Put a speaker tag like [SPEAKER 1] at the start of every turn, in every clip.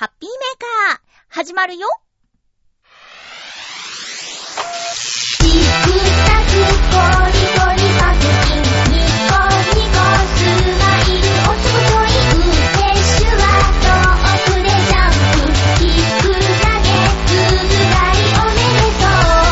[SPEAKER 1] ハッピーメーカー始まるよ。チクタクコリコリパクチンニコニコスマイルおちょこちょい運転手は遠くでジャンプキック投げつぶがりおめでと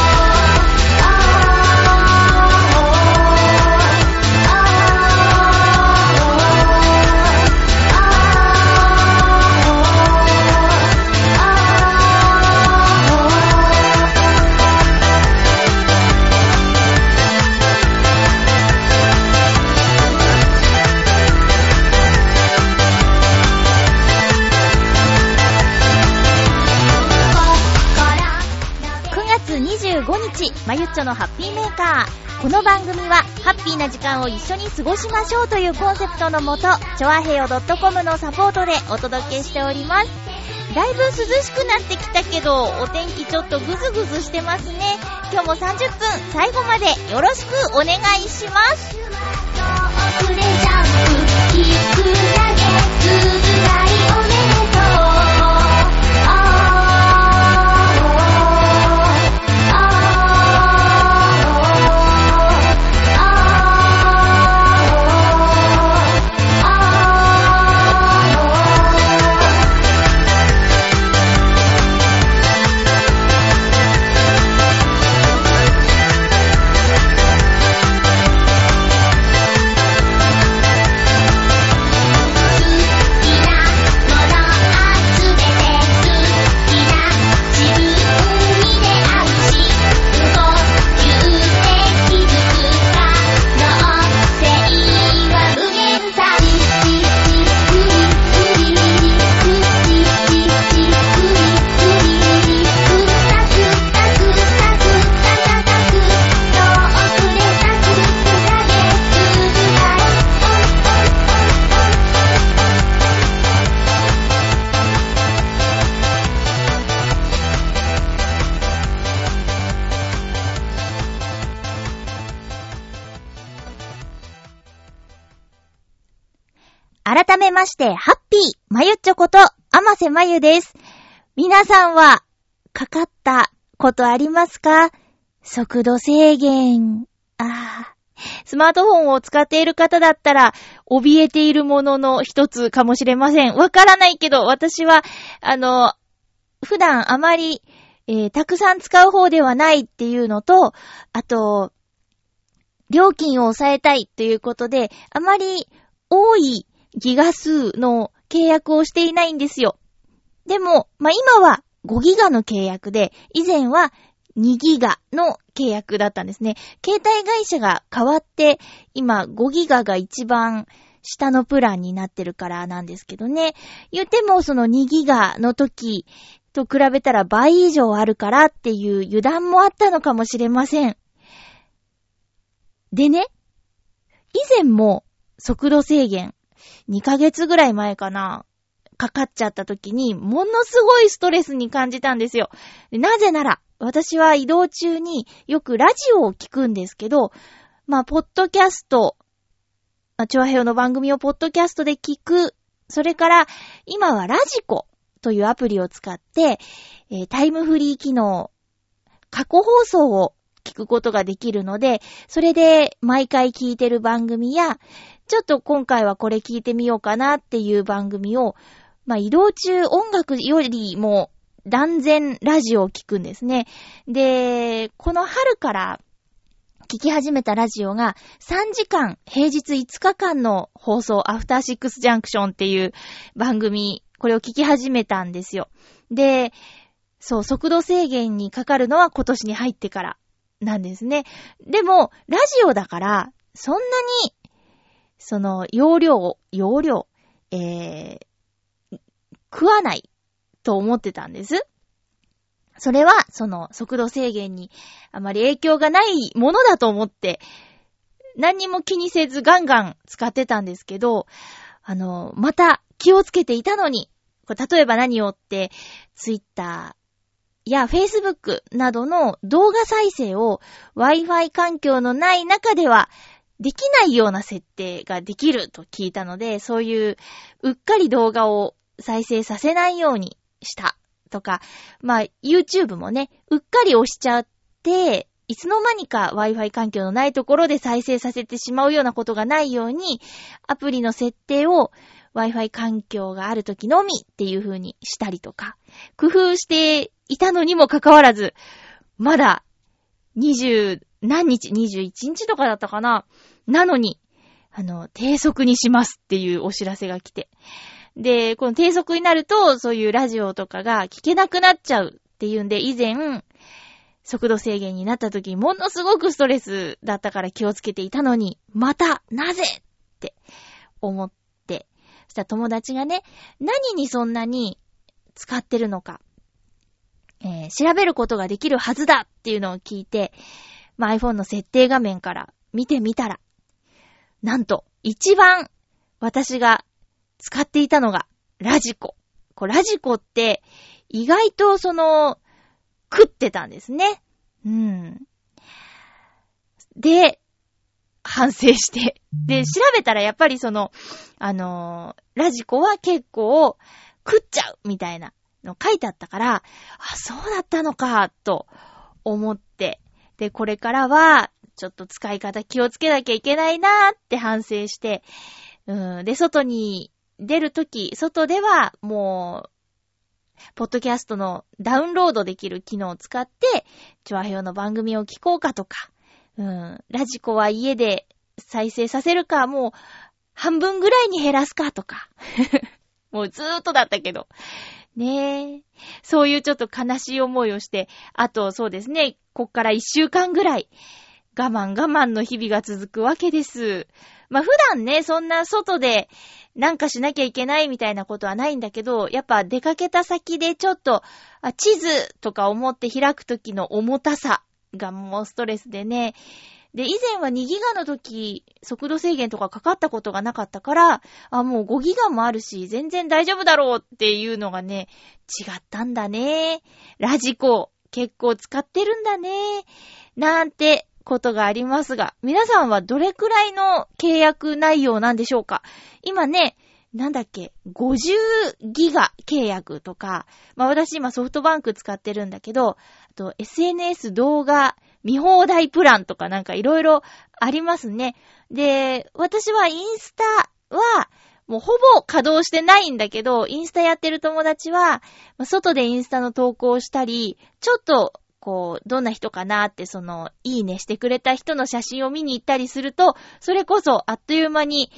[SPEAKER 1] 25日、まゆっちょのハッピーメーカー。この番組はハッピーな時間を一緒に過ごしましょうというコンセプトのもと、ちょあへよ .com のサポートでお届けしております。だいぶ涼しくなってきたけど、お天気ちょっとグズグズしてますね。今日も30分最後までよろしくお願いします。改めまして、ハッピーまゆっちょこと天瀬まゆです。皆さんはかかったことありますか？速度制限。スマートフォンを使っている方だったら怯えているものの一つかもしれません。わからないけど、私は普段あまり、たくさん使う方ではないっていうのと、あと料金を抑えたいということで、あまり多いギガ数の契約をしていないんですよ。でも、今は5ギガの契約で、以前は2ギガの契約だったんですね。携帯会社が変わって、今5ギガが一番下のプランになってるからなんですけどね。言ってもその2ギガの時と比べたら倍以上あるからっていう油断もあったのかもしれません。でね、以前も速度制限、2ヶ月ぐらい前かな、かかっちゃった時にものすごいストレスに感じたんですよ。なぜなら私は移動中によくラジオを聞くんですけど、ポッドキャスト、ちょあへよの番組をポッドキャストで聞く、それから今はラジコというアプリを使って、タイムフリー機能、過去放送を聞くことができるので、それで毎回聞いてる番組や、ちょっと今回はこれ聞いてみようかなっていう番組を、移動中音楽よりも断然ラジオを聞くんですね。で、この春から聞き始めたラジオが3時間、平日5日間の放送、アフターシックスジャンクションっていう番組、これを聞き始めたんですよ。で、速度制限にかかるのは今年に入ってからなんですね。でも、ラジオだから、そんなに、容量、食わないと思ってたんです。それは、速度制限にあまり影響がないものだと思って、何にも気にせずガンガン使ってたんですけど、また気をつけていたのに、例えば何をって、ツイッターやフェイスブックなどの動画再生を Wi-Fi 環境のない中ではできないような設定ができると聞いたので、そういううっかり動画を再生させないようにしたとか、YouTube もね、うっかり押しちゃって、いつの間にか Wi-Fi 環境のないところで再生させてしまうようなことがないように、アプリの設定を Wi-Fi 環境があるときのみっていう風にしたりとか、工夫していたのにもかかわらず、まだ20何日、21日とかだったかな。なのに、低速にしますっていうお知らせが来て。で、この低速になると、そういうラジオとかが聞けなくなっちゃうっていうんで、以前、速度制限になった時にものすごくストレスだったから気をつけていたのに、また、なぜって思って、そしたら友達がね、何にそんなに使ってるのか、調べることができるはずだっていうのを聞いて、iPhone の設定画面から見てみたら、なんと、一番私が使っていたのが、ラジコ。ラジコって、意外と食ってたんですね。で、反省して。で、調べたらやっぱりラジコは結構食っちゃうみたいなの書いてあったから、そうだったのか、と思って。で、これからは、ちょっと使い方気をつけなきゃいけないなーって反省して、で、外に出るとき、外ではもう、ポッドキャストのダウンロードできる機能を使って、チョアヘヨの番組を聞こうかとか、ラジコは家で再生させるか、もう半分ぐらいに減らすかとか、もうずーっとだったけど、ねえ、そういうちょっと悲しい思いをして、あとそうですね、こっから1週間ぐらい、我慢の日々が続くわけです。普段ね、そんな外でなんかしなきゃいけないみたいなことはないんだけど、やっぱ出かけた先でちょっと、地図とか思って開くときの重たさがもうストレスでね。で、以前は2ギガの時、速度制限とかかかったことがなかったから、もう5ギガもあるし、全然大丈夫だろうっていうのがね、違ったんだね。ラジコ、結構使ってるんだね。なんて、ことがありますが、皆さんはどれくらいの契約内容なんでしょうか？今ね、50ギガ契約とか、私今ソフトバンク使ってるんだけど、あと SNS 動画見放題プランとかなんかいろいろありますね。で、私はインスタはもうほぼ稼働してないんだけど、インスタやってる友達は、外でインスタの投稿をしたり、ちょっとどんな人かなっていいねしてくれた人の写真を見に行ったりすると、それこそあっという間に、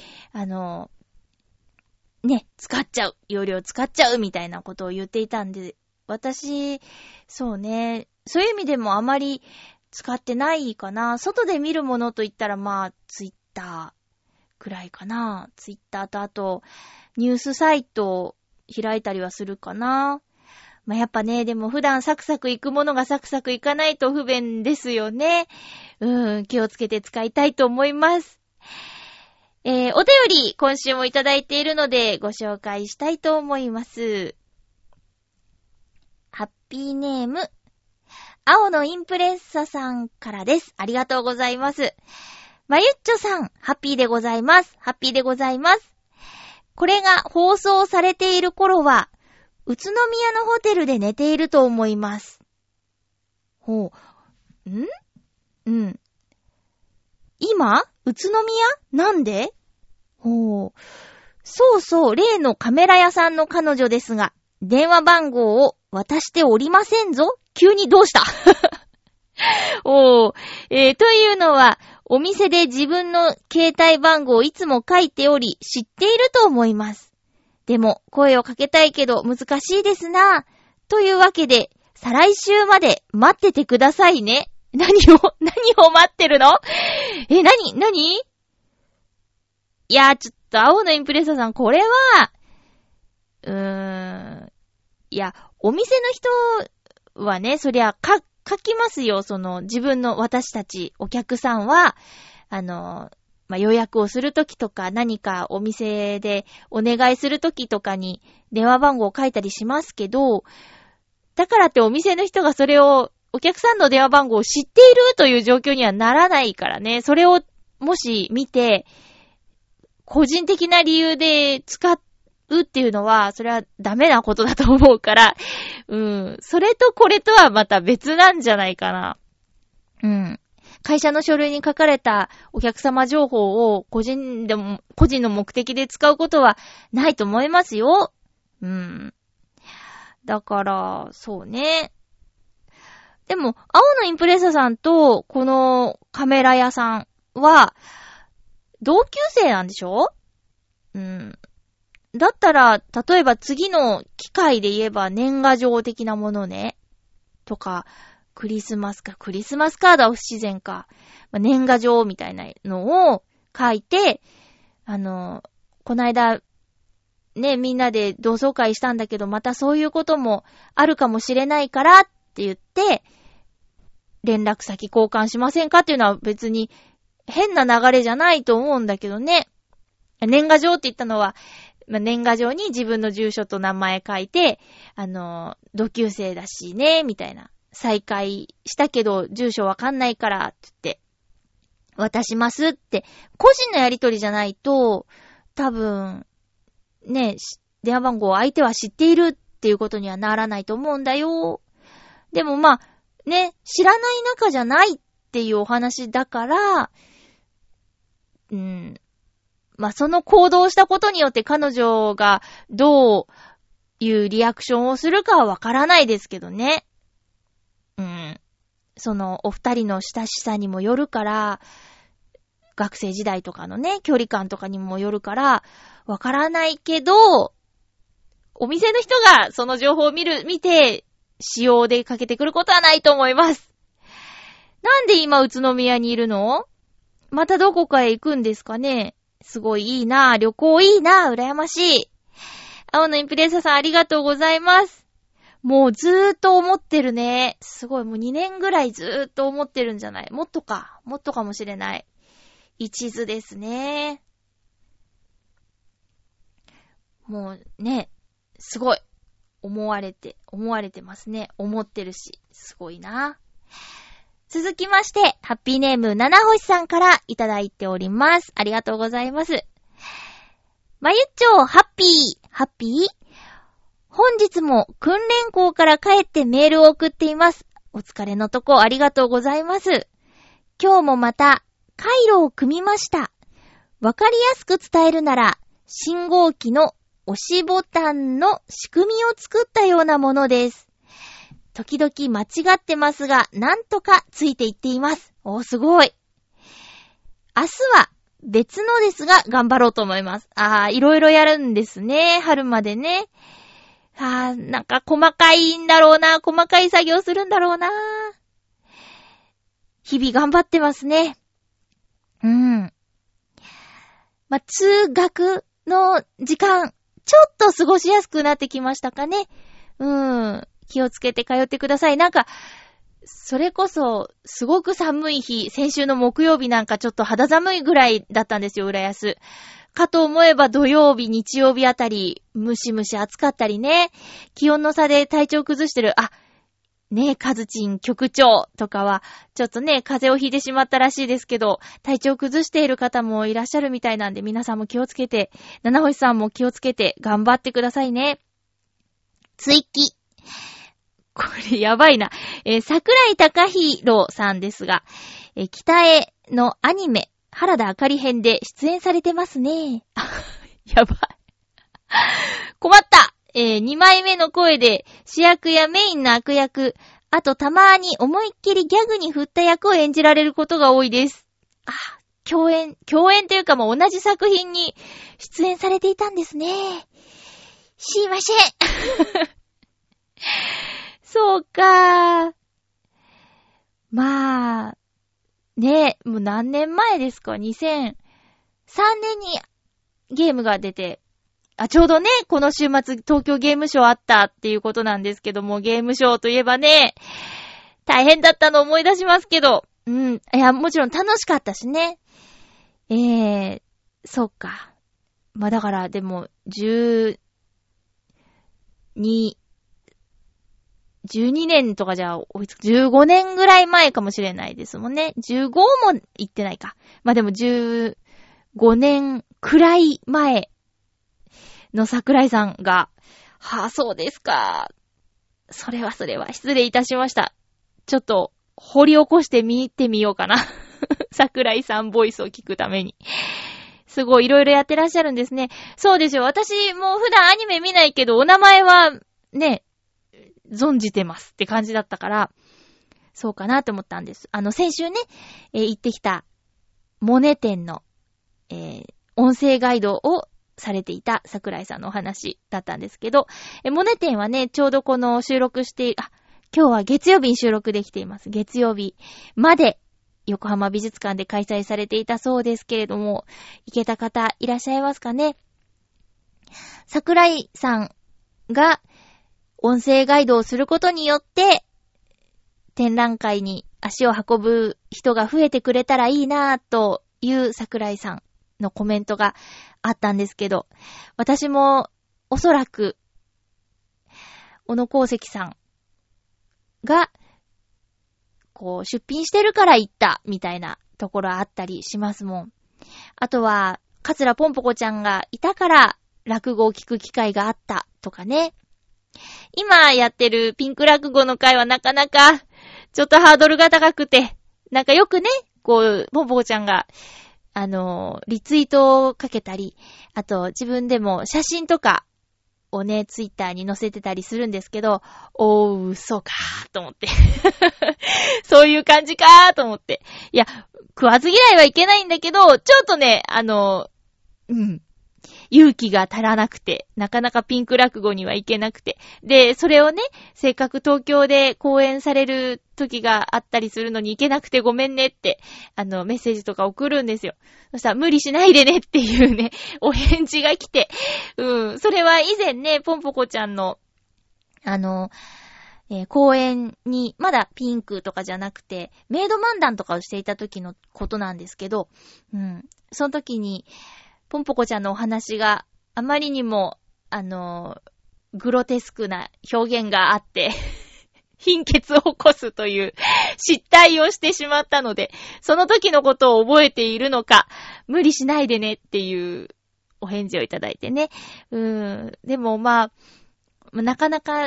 [SPEAKER 1] 使っちゃう、容量使っちゃうみたいなことを言っていたんで、私、そうね、そういう意味でもあまり使ってないかな。外で見るものといったらツイッターくらいかな。ツイッターとあと、ニュースサイトを開いたりはするかな。やっぱね、でも普段サクサクいくものがサクサクいかないと不便ですよね。気をつけて使いたいと思います。お便り今週もいただいているのでご紹介したいと思います。ハッピーネーム、青のインプレッサさんからです。ありがとうございます。まゆっちょさん、ハッピーでございます。ハッピーでございます。これが放送されている頃は、宇都宮のホテルで寝ていると思います。今？宇都宮？なんで？そうそう、例のカメラ屋さんの彼女ですが、電話番号を渡しておりませんぞ。急にどうしたというのは、お店で自分の携帯番号をいつも書いており、知っていると思います。でも、声をかけたいけど難しいですな。というわけで、再来週まで待っててくださいね。何を待ってるの？何？いや、ちょっと、青のインプレッサーさん、これは、いや、お店の人はね、そりゃ、書きますよ。自分の私たち、お客さんは、予約をするときとか、何かお店でお願いするときとかに電話番号を書いたりしますけど、だからってお店の人がそれを、お客さんの電話番号を知っているという状況にはならないからね。それをもし見て、個人的な理由で使っっていうのは、それはダメなことだと思うから、それとこれとはまた別なんじゃないかな。会社の書類に書かれたお客様情報を個人の目的で使うことはないと思いますよ。だから、そうね。でも、青のインプレッサさんと、このカメラ屋さんは、同級生なんでしょ？だったら、例えば次の機会で言えば年賀状的なものね。とか、クリスマスカードは不自然か。年賀状みたいなのを書いて、この間、ね、みんなで同窓会したんだけど、またそういうこともあるかもしれないからって言って、連絡先交換しませんかっていうのは別に変な流れじゃないと思うんだけどね。年賀状って言ったのは、年賀状に自分の住所と名前書いて、同級生だしね、みたいな。再会したけど、住所わかんないから、って言って、渡しますって、個人のやりとりじゃないと、多分、ね、電話番号を相手は知っているっていうことにはならないと思うんだよ。でもまあ、ね、知らない仲じゃないっていうお話だから、まあその行動をしたことによって彼女がどういうリアクションをするかはわからないですけどね。そのお二人の親しさにもよるから、学生時代とかのね、距離感とかにもよるから、わからないけど、お店の人がその情報を見て、使用でかけてくることはないと思います。なんで今宇都宮にいるの？またどこかへ行くんですかね？すごいいいなぁ。旅行いいなぁ。羨ましい。青のインプレッサさんありがとうございます。もうずーっと思ってるね。すごい、もう2年ぐらいずーっと思ってるんじゃない？もっとかもしれない。一途ですね。もうね、すごい。思われてますね。思ってるし、すごいな。続きまして、ハッピーネーム七星さんからいただいております。ありがとうございます。まゆっちょ、ハッピー本日も訓練校から帰ってメールを送っています。お疲れのとこありがとうございます。今日もまた回路を組みました。わかりやすく伝えるなら、信号機の押しボタンの仕組みを作ったようなものです。時々間違ってますが、なんとかついていっています。すごい。明日は別のですが頑張ろうと思います。いろいろやるんですね。春までね。なんか細かいんだろうな。細かい作業するんだろうな。日々頑張ってますね。通学の時間、ちょっと過ごしやすくなってきましたかね。気をつけて通ってください。なんか、それこそ、すごく寒い日、先週の木曜日なんかちょっと肌寒いぐらいだったんですよ、浦安。かと思えば土曜日、日曜日あたり、ムシムシ暑かったりね。気温の差で体調崩してる。カズチン局長とかは、ちょっとね、風邪をひいてしまったらしいですけど、体調崩している方もいらっしゃるみたいなんで、皆さんも気をつけて、七星さんも気をつけて、頑張ってくださいね。追記。これやばいな。桜井貴弘さんですが、北へのアニメ、原田あかり編で出演されてますね。やばい。困った。2枚目の声で主役やメインの悪役、あとたまに思いっきりギャグに振った役を演じられることが多いです。共演というかもう同じ作品に出演されていたんですね。すいません。そうか。まあ、ね、もう何年前ですか？ 2003 年にゲームが出て、ちょうどね、この週末東京ゲームショウあったっていうことなんですけども、ゲームショウといえばね、大変だったの思い出しますけど、いや、もちろん楽しかったしね。そうか。だからでも、12年とかじゃ追いつく、15年ぐらい前かもしれないですもんね。15も言ってないか。でも15年くらい前の桜井さんが、そうですか。それは失礼いたしました。ちょっと掘り起こしてみてみようかな。桜井さんボイスを聞くために。すごいいろいろやってらっしゃるんですね。そうですよ。私も普段アニメ見ないけど、お名前はね、存じてますって感じだったから、そうかなと思ったんです。先週ね、行ってきたモネ展の、音声ガイドをされていた桜井さんのお話だったんですけど、モネ展はね、ちょうどこの収録して今日は月曜日に収録できています。月曜日まで横浜美術館で開催されていたそうですけれども、行けた方いらっしゃいますかね。桜井さんが音声ガイドをすることによって展覧会に足を運ぶ人が増えてくれたらいいなぁという桜井さんのコメントがあったんですけど、私もおそらく小野功石さんがこう出品してるから行ったみたいなところあったりしますもん。あとは桂ぽんぽこちゃんがいたから落語を聞く機会があったとかね。今やってるピンク落語の会はなかなかちょっとハードルが高くて、なんかよくね、こうぽんぽこちゃんがリツイートをかけたり、あと自分でも写真とかをね、ツイッターに載せてたりするんですけど、そうかーと思って。そういう感じかーと思って。いや、食わず嫌いはいけないんだけど、ちょっとね、勇気が足らなくて、なかなかピンク落語には行けなくて。で、それをね、せっかく東京で講演される時があったりするのに行けなくてごめんねって、メッセージとか送るんですよ。そしたら無理しないでねっていうね、お返事が来て。それは以前ね、ぽんぽこちゃんの、講演に、まだピンクとかじゃなくて、メイド漫談とかをしていた時のことなんですけど、その時に、ぽんぽこちゃんのお話があまりにも、グロテスクな表現があって、貧血を起こすという失態をしてしまったので、その時のことを覚えているのか、無理しないでねっていうお返事をいただいてね。でもまあ、なかなか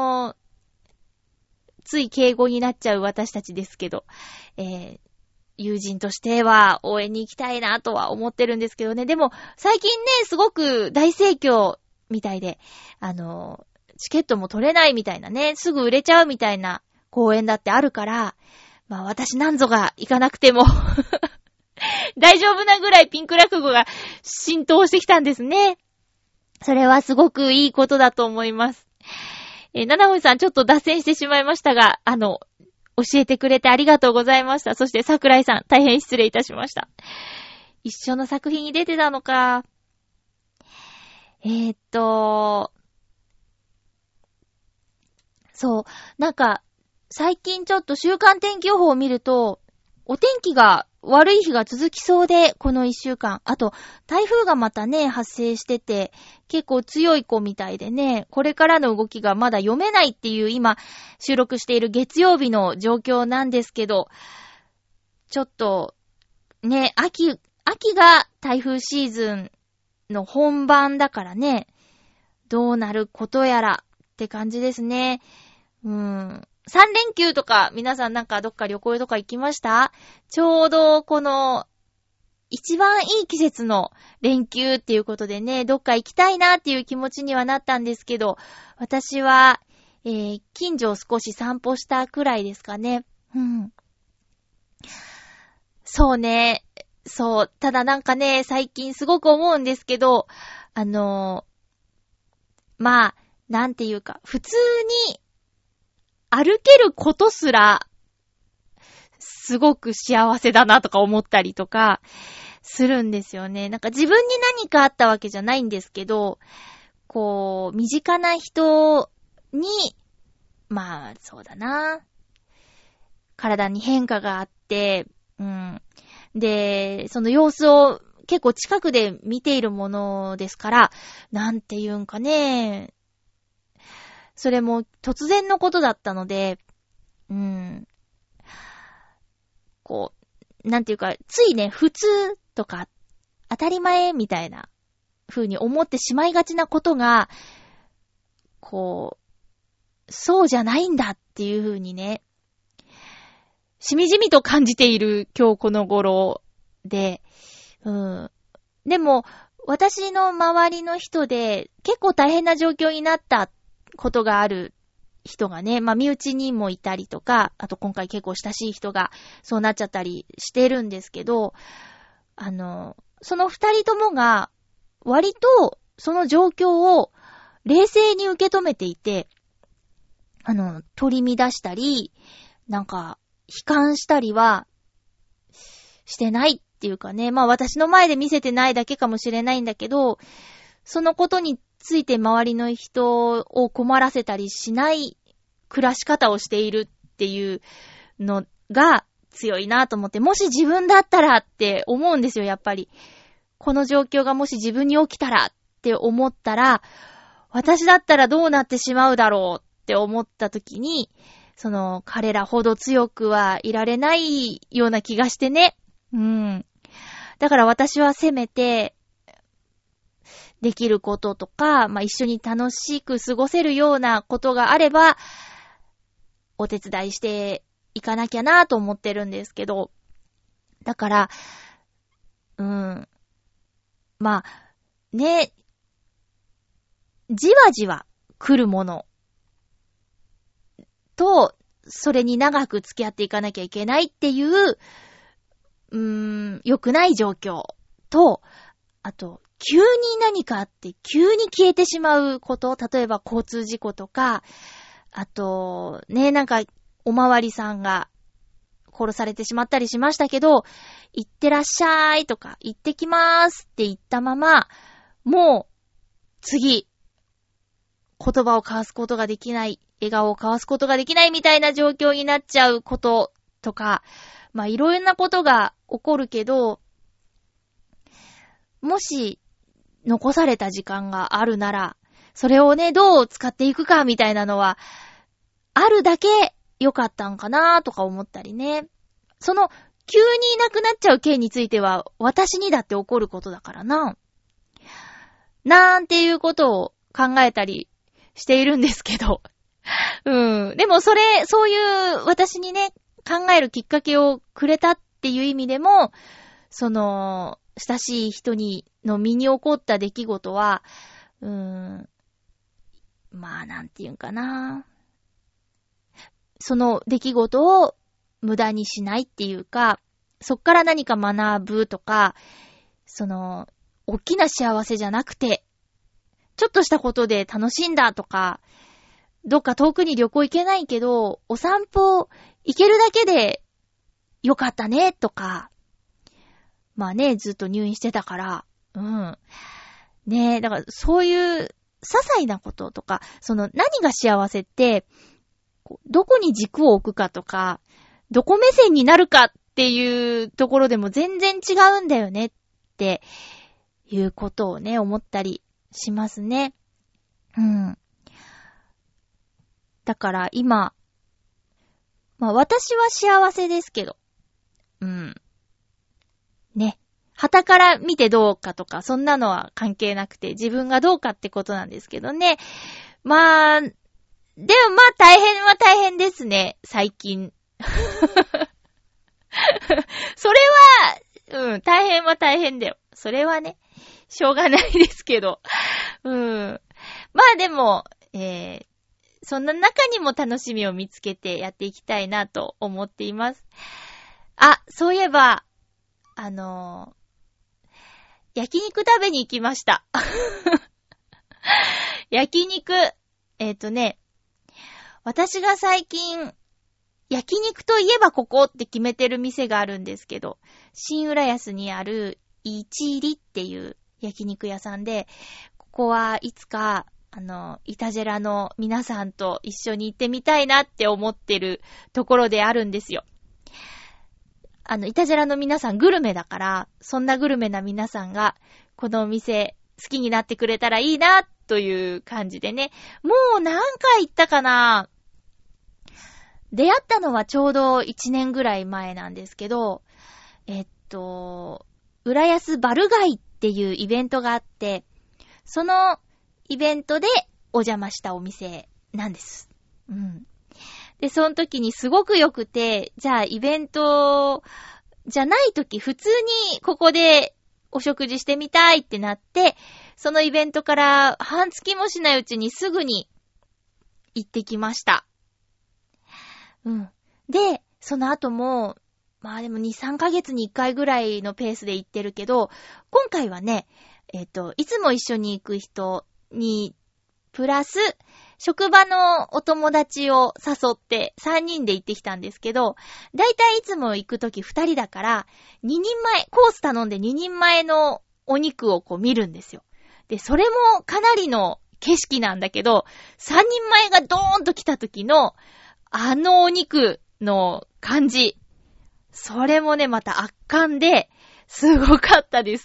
[SPEAKER 1] つい敬語になっちゃう私たちですけど、友人としては応援に行きたいなとは思ってるんですけどね。でも最近ね、すごく大盛況みたいで、チケットも取れないみたいなね、すぐ売れちゃうみたいな公演だってあるから、まあ私なんぞが行かなくても大丈夫なぐらいピンク落語が浸透してきたんですね。それはすごくいいことだと思います。七海さんちょっと脱線してしまいましたが、教えてくれてありがとうございました。そして桜井さん、大変失礼いたしました。一緒の作品に出てたのか。そう、なんか、最近ちょっと週間天気予報を見ると、お天気が悪い日が続きそうで、この一週間。あと、台風がまたね、発生してて、結構強い子みたいでね、これからの動きがまだ読めないっていう今、収録している月曜日の状況なんですけど、ちょっと、ね、秋が台風シーズンの本番だからね、どうなることやらって感じですね。3連休とか皆さんなんかどっか旅行とか行きました？ちょうどこの一番いい季節の連休っていうことでね、どっか行きたいなっていう気持ちにはなったんですけど、私は、近所を少し散歩したくらいですかね。そうね。そう。ただなんかね、最近すごく思うんですけど、まあ、なんていうか、普通に歩けることすら、すごく幸せだなとか思ったりとか、するんですよね。なんか自分に何かあったわけじゃないんですけど、こう、身近な人に、まあ、そうだな。体に変化があって、で、その様子を結構近くで見ているものですから、なんていうんかね、それも突然のことだったので、なんていうか、ついね、普通とか、当たり前みたいな風に思ってしまいがちなことが、そうじゃないんだっていう風にね、しみじみと感じている今日この頃で、でも、私の周りの人で結構大変な状況になったことがある人がね、身内にもいたりとか、あと今回結構親しい人がそうなっちゃったりしてるんですけど、その二人ともが割とその状況を冷静に受け止めていて、取り乱したり、悲観したりはしてないっていうかね、私の前で見せてないだけかもしれないんだけど、そのことについて周りの人を困らせたりしない暮らし方をしているっていうのが強いなと思って、もし自分だったらって思うんですよ、やっぱり。この状況がもし自分に起きたらって思ったら、私だったらどうなってしまうだろうって思った時に、彼らほど強くはいられないような気がしてね。だから私はせめて、できることとか、一緒に楽しく過ごせるようなことがあれば、お手伝いしていかなきゃなと思ってるんですけど、だから、ね、じわじわ来るものと、それに長く付き合っていかなきゃいけないっていう、良くない状況と、あと、急に何かあって急に消えてしまうこと、例えば交通事故とか、あと、ね、おまわりさんが殺されてしまったりしましたけど、行ってらっしゃいとか、行ってきまーすって言ったまま、もう、次、言葉を交わすことができない、笑顔を交わすことができないみたいな状況になっちゃうこととか、いろんなことが起こるけど、もし、残された時間があるなら、それをね、どう使っていくかみたいなのは、あるだけ良かったんかなとか思ったりね。急にいなくなっちゃう件については、私にだって起こることだからな。なんていうことを考えたりしているんですけど。でもそういう私にね、考えるきっかけをくれたっていう意味でも、親しい人の身に起こった出来事は、なんていうんかな。その出来事を無駄にしないっていうか、そっから何か学ぶとか、大きな幸せじゃなくて、ちょっとしたことで楽しんだとか、どっか遠くに旅行行けないけど、お散歩行けるだけでよかったねとか、ずっと入院してたから、だからそういう些細なこととか、何が幸せって、どこに軸を置くかとか、どこ目線になるかっていうところでも全然違うんだよねっていうことをね、思ったりしますね。だから今、私は幸せですけど、ね。傍から見てどうかとか、そんなのは関係なくて、自分がどうかってことなんですけどね。でも大変は大変ですね、最近。それは、大変は大変だよ。それはね、しょうがないですけど。でも、そんな中にも楽しみを見つけてやっていきたいなと思っています。そういえば、焼肉食べに行きました。焼肉、私が最近、焼肉といえばここって決めてる店があるんですけど、新浦安にあるいちりっていう焼肉屋さんで、ここはいつか、イタジェラの皆さんと一緒に行ってみたいなって思ってるところであるんですよ。イタジェラの皆さんグルメだから、そんなグルメな皆さんが、このお店好きになってくれたらいいな、という感じでね。もう何回行ったかな？出会ったのはちょうど1年ぐらい前なんですけど、浦安バルガイっていうイベントがあって、 そのイベントでお邪魔したお店なんです。で、その時にすごく良くて、じゃあイベントじゃない時、普通にここでお食事してみたいってなって、そのイベントから半月もしないうちにすぐに行ってきました。で、その後も、まあでも2、3ヶ月に1回ぐらいのペースで行ってるけど、今回はね、いつも一緒に行く人に、プラス、職場のお友達を誘って3人で行ってきたんですけど、だいたいいつも行くとき2人だから、2人前、コース頼んで2人前のお肉をこう見るんですよ。で、それもかなりの景色なんだけど、3人前がドーンと来た時の、あのお肉の感じ。それもね、また圧巻で、すごかったです。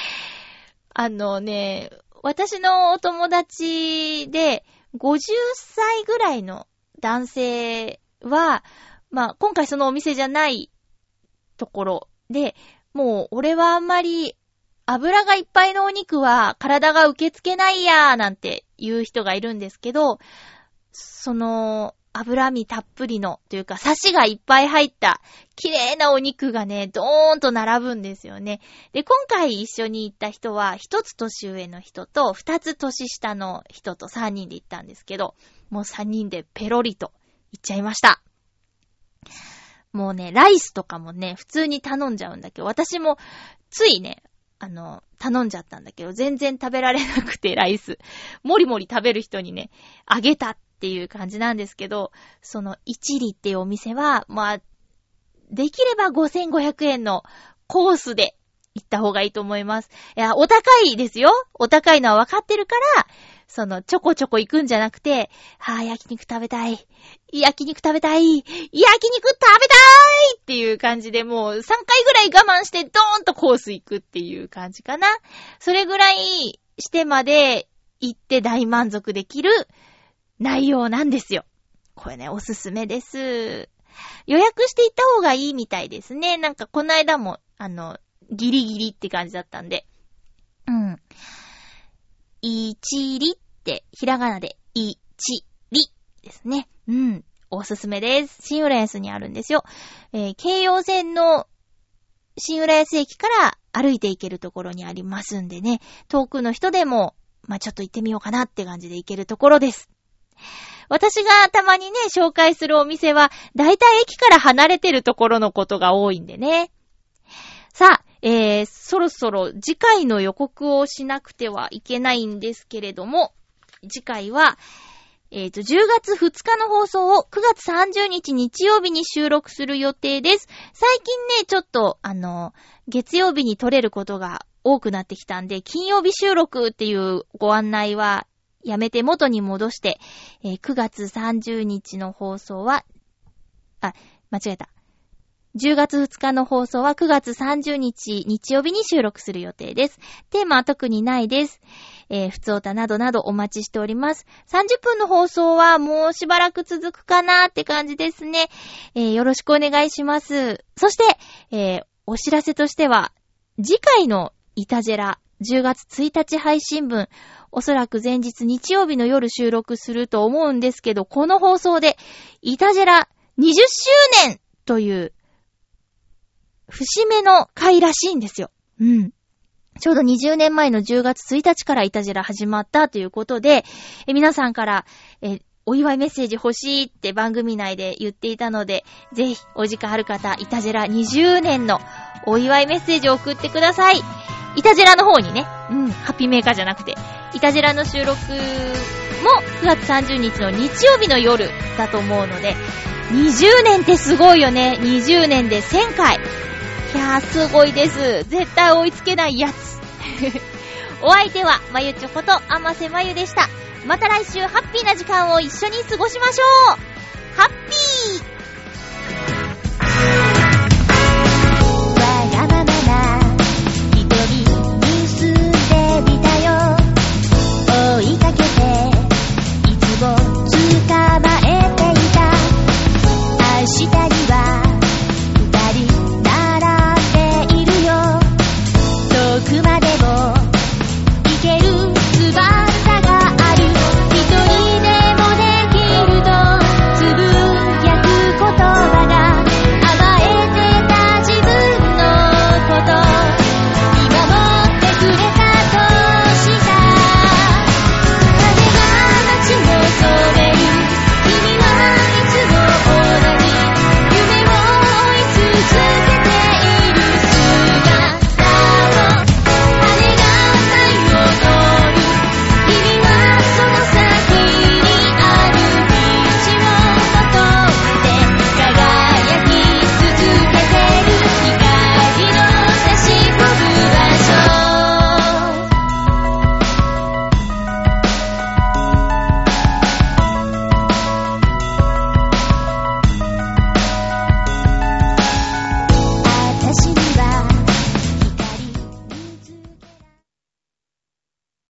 [SPEAKER 1] 私のお友達で、50歳ぐらいの男性は、まあ、今回そのお店じゃないところで、もう俺はあんまり油がいっぱいのお肉は体が受け付けないやーなんて言う人がいるんですけど、その脂身たっぷりのというかサシがいっぱい入った綺麗なお肉がね、ドーンと並ぶんですよね。で、今回一緒に行った人は一つ年上の人と二つ年下の人と3人で行ったんですけど、もう3人でペロリと行っちゃいました。もうね、ライスとかもね、普通に頼んじゃうんだけど、私もついね、頼んじゃったんだけど、全然食べられなくて、ライス。もりもり食べる人にね、あげたっていう感じなんですけど、その一里っていうお店は、まあ、できれば5500円のコースで行った方がいいと思います。いや、お高いですよ。お高いのは分かってるから、ちょこちょこ行くんじゃなくて、焼肉食べたい。焼肉食べたい。焼肉食べたいっていう感じでもう3回ぐらい我慢してドーンとコース行くっていう感じかな。それぐらいしてまで行って大満足できる内容なんですよ。これね、おすすめです。予約して行った方がいいみたいですね。なんかこの間も、ギリギリって感じだったんで。一里ってひらがなで一里ですね。おすすめです。新浦安にあるんですよ。京葉線の新浦安駅から歩いて行けるところにありますんでね。遠くの人でも、まあ、ちょっと行ってみようかなって感じで行けるところです。私がたまにね、紹介するお店は、だいたい駅から離れてるところのことが多いんでね。さあ、そろそろ次回の予告をしなくてはいけないんですけれども、次回は、10月2日の放送を9月30日日曜日に収録する予定です。最近ね、ちょっと、月曜日に撮れることが多くなってきたんで、金曜日収録っていうご案内はやめて元に戻して、9月30日の放送は、間違えた。10月2日の放送は9月30日日曜日に収録する予定です。テーマは特にないです。ふつおたなどなどお待ちしております。30分の放送はもうしばらく続くかなって感じですね。よろしくお願いします。そして、お知らせとしては、次回のイタジェラ10月1日配信分、おそらく前日日曜日の夜収録すると思うんですけど、この放送でイタジェラ20周年という節目の回らしいんですよ。ちょうど20年前の10月1日からイタジェラ始まったということで、皆さんから、お祝いメッセージ欲しいって番組内で言っていたので、ぜひお時間ある方、イタジェラ20年のお祝いメッセージを送ってください。イタジェラの方にね、ハッピーメーカーじゃなくて、イタジェラの収録も9月30日の日曜日の夜だと思うので、20年ってすごいよね。20年で1000回。いやー、すごいです。絶対追いつけないやつ。お相手は、まゆちょこと、あませまゆでした。また来週ハッピーな時間を一緒に過ごしましょう。